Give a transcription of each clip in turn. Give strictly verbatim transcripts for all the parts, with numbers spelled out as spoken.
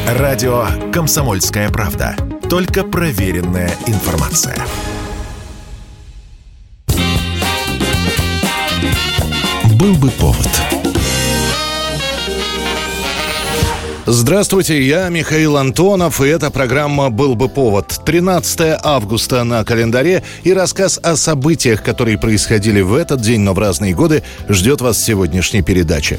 Радио «Комсомольская правда». Только проверенная информация. Был бы повод. Здравствуйте, я Михаил Антонов, и эта программа «Был бы повод». тринадцатое августа на календаре, и рассказ о событиях, которые происходили в этот день, но в разные годы, ждет вас в сегодняшней передаче.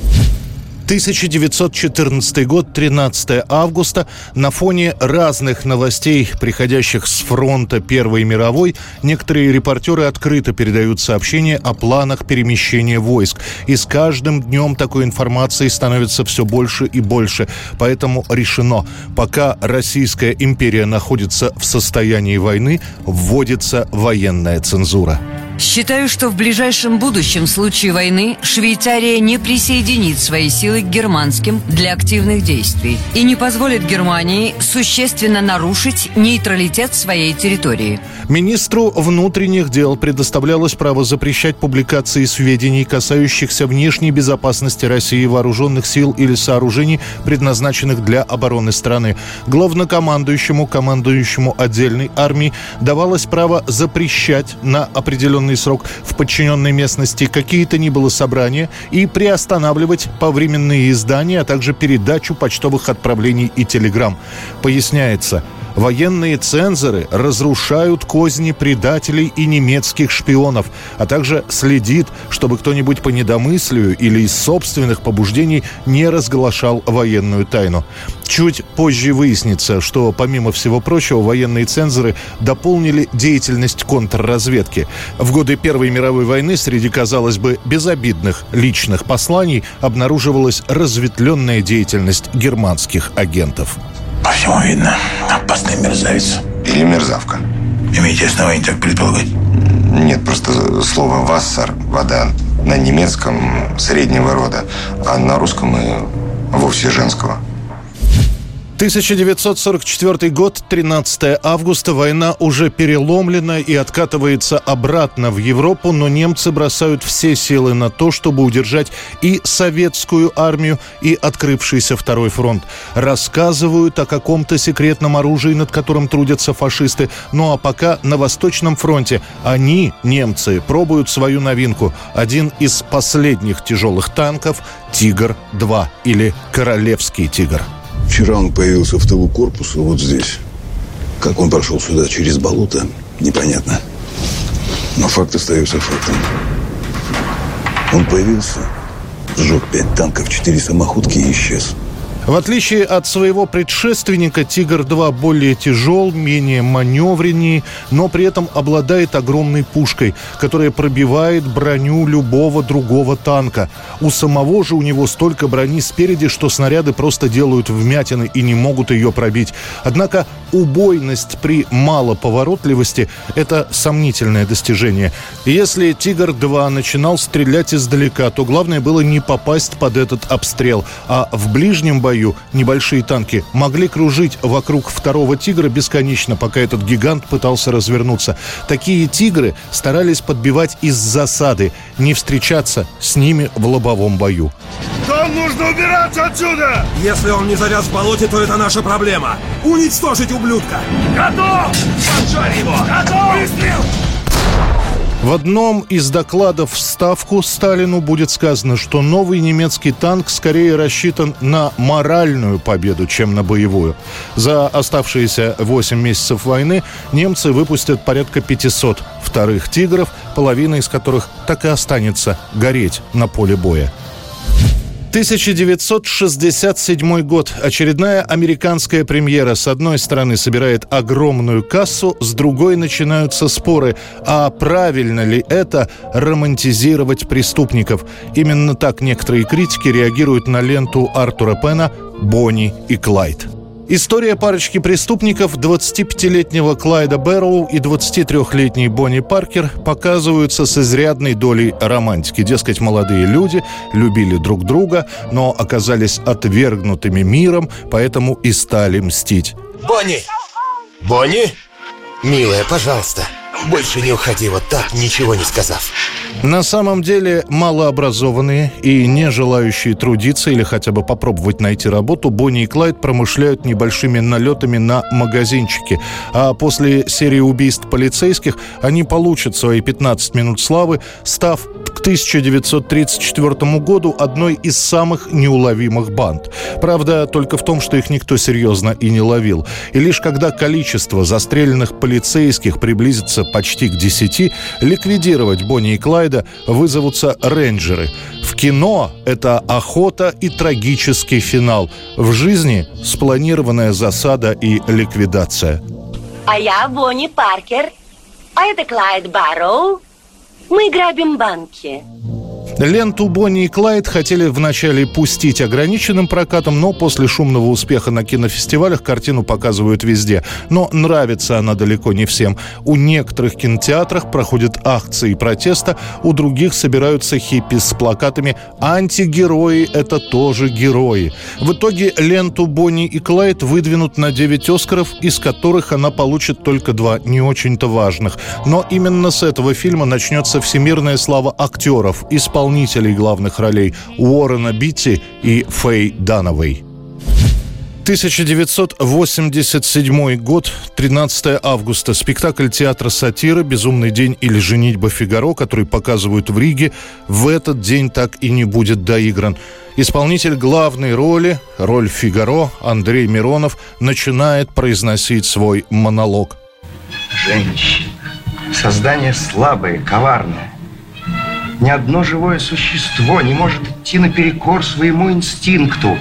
тысяча девятьсот четырнадцатый год, тринадцатое августа. На фоне разных новостей, приходящих с фронта Первой мировой, некоторые репортеры открыто передают сообщения о планах перемещения войск. И с каждым днем такой информации становится все больше и больше. Поэтому решено, пока Российская империя находится в состоянии войны, вводится военная цензура. Считаю, что в ближайшем будущем, в случае войны, Швейцария не присоединит свои силы к германским для активных действий и не позволит Германии существенно нарушить нейтралитет своей территории. Министру внутренних дел предоставлялось право запрещать публикации сведений, касающихся внешней безопасности России, вооруженных сил или сооружений, предназначенных для обороны страны. Главнокомандующему, командующему отдельной армией давалось право запрещать на определенный срок в подчиненной местности какие-то ни было собрания и приостанавливать повременные издания, а также передачу почтовых отправлений и телеграмм. Поясняется, военные цензоры разрушают козни предателей и немецких шпионов, а также следит, чтобы кто-нибудь по недомыслию или из собственных побуждений не разглашал военную тайну. Чуть позже выяснится, что, помимо всего прочего, военные цензоры дополнили деятельность контрразведки. В годы Первой мировой войны среди, казалось бы, безобидных личных посланий обнаруживалась разветвленная деятельность германских агентов. По всему видно, опасный мерзавец. Или мерзавка. Имеете основания так предполагать? Нет, просто слово «вассер» — вода на немецком среднего рода, а на русском и вовсе женского. тысяча девятьсот сорок четвёртый год, тринадцатое августа. Война уже переломлена и откатывается обратно в Европу, но немцы бросают все силы на то, чтобы удержать и советскую армию, и открывшийся второй фронт. Рассказывают о каком-то секретном оружии, над которым трудятся фашисты. Ну а пока на Восточном фронте они, немцы, пробуют свою новинку. Один из последних тяжелых танков «Тигр-два» или «Королевский тигр». Вчера он появился в тылу корпуса, вот здесь. Как он прошел сюда через болото, непонятно. Но факт остается фактом. Он появился, сжег пять танков, четыре самоходки и исчез. В отличие от своего предшественника, «Тигр-два» более тяжел, менее маневреннее, но при этом обладает огромной пушкой, которая пробивает броню любого другого танка. У самого же у него столько брони спереди, что снаряды просто делают вмятины и не могут ее пробить. Однако убойность при малоповоротливости – это сомнительное достижение. Если «Тигр-два» начинал стрелять издалека, то главное было не попасть под этот обстрел, а в ближнем бою небольшие танки могли кружить вокруг второго «Тигра» бесконечно, пока этот гигант пытался развернуться. Такие «Тигры» старались подбивать из засады, не встречаться с ними в лобовом бою. Нам нужно убираться отсюда! Если он не завяз в болоте, то это наша проблема. Уничтожить ублюдка! Готов! Поджарь его! Готов! Выстрел! В одном из докладов в Ставку Сталину будет сказано, что новый немецкий танк скорее рассчитан на моральную победу, чем на боевую. За оставшиеся восемь месяцев войны немцы выпустят порядка пятисот вторых «Тигров», половина из которых так и останется гореть на поле боя. тысяча девятьсот шестьдесят седьмой год. Очередная американская премьера. С одной стороны собирает огромную кассу, с другой начинаются споры. А правильно ли это романтизировать преступников? Именно так некоторые критики реагируют на ленту Артура Пена «Бонни и Клайд». История парочки преступников, двадцатипятилетнего Клайда Бэрроу и двадцатитрёхлетней Бонни Паркер, показываются с изрядной долей романтики. Дескать, молодые люди любили друг друга, но оказались отвергнутыми миром, поэтому и стали мстить. Бонни! Бонни! Милая, пожалуйста. Больше не уходи вот так, ничего не сказав. На самом деле, малообразованные и не желающие трудиться или хотя бы попробовать найти работу, Бонни и Клайд промышляют небольшими налетами на магазинчики. А после серии убийств полицейских они получат свои пятнадцать минут славы, став к тысяча девятьсот тридцать четвёртому году одной из самых неуловимых банд. Правда, только в том, что их никто серьезно и не ловил. И лишь когда количество застреленных полицейских приблизится почти к десяти, ликвидировать Бонни и Клайда вызовутся рейнджеры. В кино это охота и трагический финал. В жизни спланированная засада и ликвидация. А я Бонни Паркер, а это Клайд Барроу. Мы грабим банки. Ленту «Бонни и Клайд» хотели вначале пустить ограниченным прокатом, но после шумного успеха на кинофестивалях картину показывают везде. Но нравится она далеко не всем. У некоторых кинотеатрах проходят акции протеста, у других собираются хиппи с плакатами «Антигерои – это тоже герои». В итоге ленту «Бонни и Клайд» выдвинут на девять «Оскаров», из которых она получит только два, не очень-то важных. Но именно с этого фильма начнется всемирная слава актеров, исполнителей главных ролей Уоррена Битти и Фэй Данавей. тысяча девятьсот восемьдесят седьмой год, тринадцатого августа. Спектакль театра сатиры «Безумный день» или «Женитьба Фигаро», который показывают в Риге, в этот день так и не будет доигран. Исполнитель главной роли, роль Фигаро, Андрей Миронов, начинает произносить свой монолог. Женщина. Создание слабое, коварное. Ни одно живое существо не может идти наперекор своему инстинкту.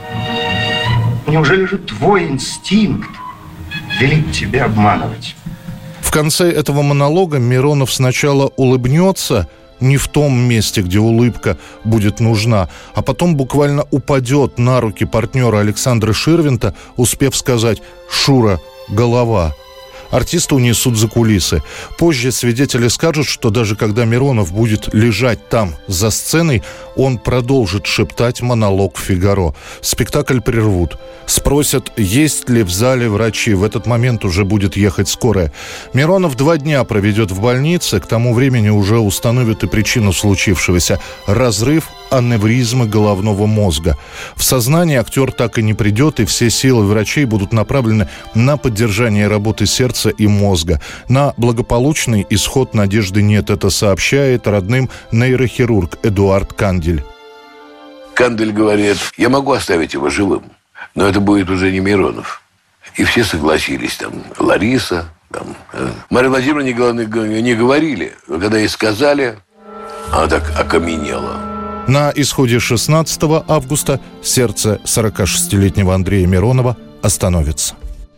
Неужели же твой инстинкт велит тебя обманывать? В конце этого монолога Миронов сначала улыбнется, не в том месте, где улыбка будет нужна, а потом буквально упадет на руки партнера Александра Ширвинта, успев сказать «Шура, голова». Артиста унесут за кулисы. Позже свидетели скажут, что даже когда Миронов будет лежать там, за сценой, он продолжит шептать монолог Фигаро. Спектакль прервут. Спросят, есть ли в зале врачи. В этот момент уже будет ехать скорая. Миронов два дня проведет в больнице. К тому времени уже установят и причину случившегося. Разрыв аневризмы головного мозга. В сознание актер так и не придет, и все силы врачей будут направлены на поддержание работы сердца и мозга. На благополучный исход надежды нет. Это сообщает родным нейрохирург Эдуард Кандель. Кандель говорит, я могу оставить его живым, но это будет уже не Миронов. И все согласились. Там Лариса, там, э, Мария Владимировна не, не говорили. Но когда ей сказали, она так окаменела. На исходе шестнадцатого августа сердце сорокашестилетнего Андрея Миронова остановится.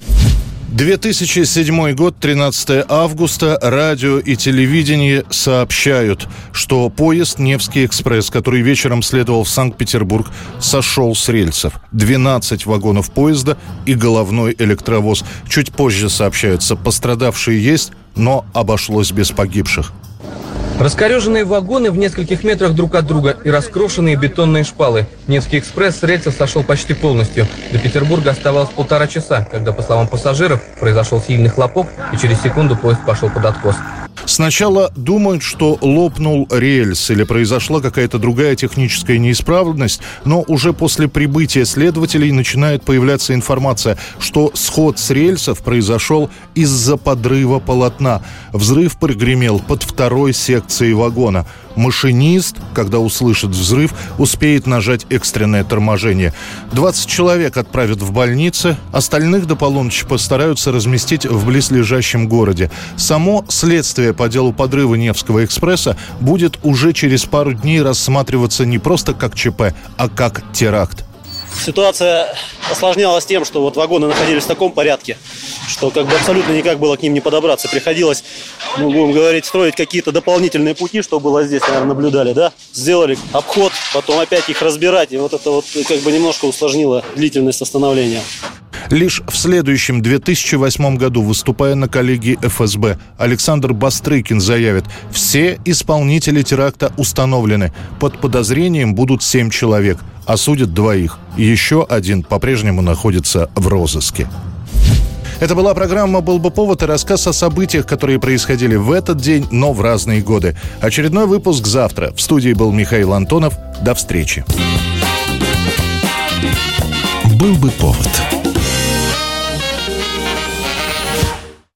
две тысячи седьмой год, тринадцатого августа. Радио и телевидение сообщают, что поезд «Невский экспресс», который вечером следовал в Санкт-Петербург, сошел с рельсов. двенадцать вагонов поезда и головной электровоз. Чуть позже сообщаются, пострадавшие есть, но обошлось без погибших. Раскореженные вагоны в нескольких метрах друг от друга и раскрошенные бетонные шпалы. Невский экспресс с рельсов сошел почти полностью. До Петербурга оставалось полтора часа, когда, по словам пассажиров, произошел сильный хлопок, и через секунду поезд пошел под откос. Сначала думают, что лопнул рельс или произошла какая-то другая техническая неисправность, но уже после прибытия следователей начинает появляться информация, что сход с рельсов произошел из-за подрыва полотна. Взрыв прогремел под второй секцией вагона. Машинист, когда услышит взрыв, успеет нажать экстренное торможение. двадцать человек отправят в больницы, остальных до полуночи постараются разместить в близлежащем городе. Само следствие по делу подрыва Невского экспресса будет уже через пару дней рассматриваться не просто как ЧП, а как теракт. Ситуация осложнялась тем, что вот вагоны находились в таком порядке, что как бы абсолютно никак было к ним не подобраться. Приходилось, ну, будем говорить, строить какие-то дополнительные пути, что было здесь, наверное, наблюдали, да? Сделали обход, потом опять их разбирать, и вот это вот как бы немножко усложнило длительность восстановления. Лишь в следующем две тысячи восьмом году, выступая на коллегии эф эс бэ, Александр Бастрыкин заявит: все исполнители теракта установлены. Под подозрением будут семь человек, осудят двоих. Еще один по-прежнему находится в розыске. Это была программа «Был бы повод» и рассказ о событиях, которые происходили в этот день, но в разные годы. Очередной выпуск завтра. В студии был Михаил Антонов. До встречи. «Был бы повод».